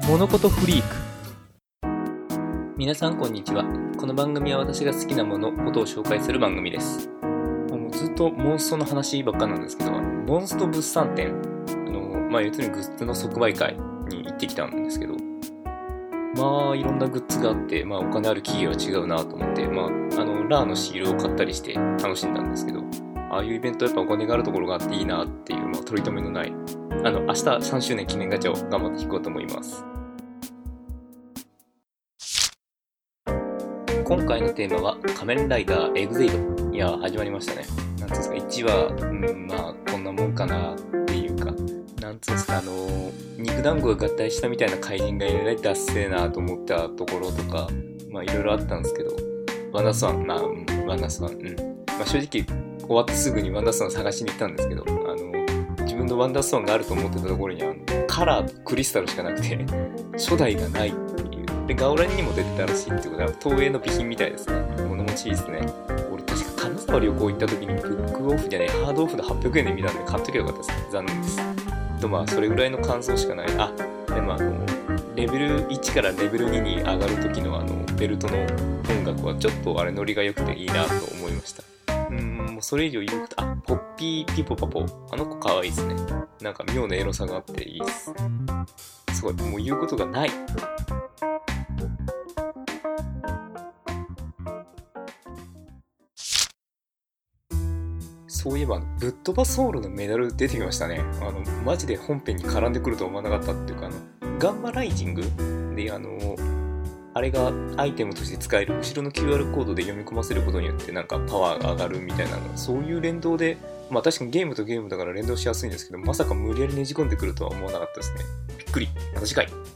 物事フリーク。皆さんこんにちは。この番組は私が好きなことを紹介する番組です。ずっとモンストの話ばっかなんですけど、モンスト物産展、要するにグッズの即売会に行ってきたんですけど、いろんなグッズがあって、お金ある企業は違うなと思って、ラーのシールを買ったりして楽しんだんですけど、ああいうイベントやっぱお金があるところがあっていいなっていう、取り留めのない、明日3周年記念ガチャを頑張って引こうと思います。今回のテーマは仮面ライダーエグゼイド。いや始まりましたね。なんつうんですか、1話こんなもんかなっていうか、なんつうんですか、肉団子が合体したみたいな怪人がいないダッセーなと思ったところとか、いろいろあったんですけど、ワンダースワン、正直終わってすぐにワンダースワン探しに行ったんですけど、自分のワンダースワンがあると思ってたところにはカラークリスタルしかなくて初代がないっていう。でガオラニにも出てたらしいってことは東映の備品みたいですね。物持ちいいですね。俺確か金沢旅行行った時にブックオフじゃねえハードオフで800円で見たんで買っときゃよかったですね。残念です。それぐらいの感想しかない。でもレベル1からレベル2に上がる時のベルトの音楽はちょっとノリが良くていいなと思いました。もうそれ以上言うことポッピーピポパポ、あの子可愛いですね。なんか妙なエロさがあっていいです。すごい、もう言うことがない。そういえばブッドバソウルのメダル出てきましたね。マジで本編に絡んでくると思わなかったっていうか、ガンマライジングであれがアイテムとして使える、後ろの QR コードで読み込ませることによってなんかパワーが上がるみたいなの、そういう連動で、確かにゲームとゲームだから連動しやすいんですけど、まさか無理やりねじ込んでくるとは思わなかったですね。びっくり。私かい。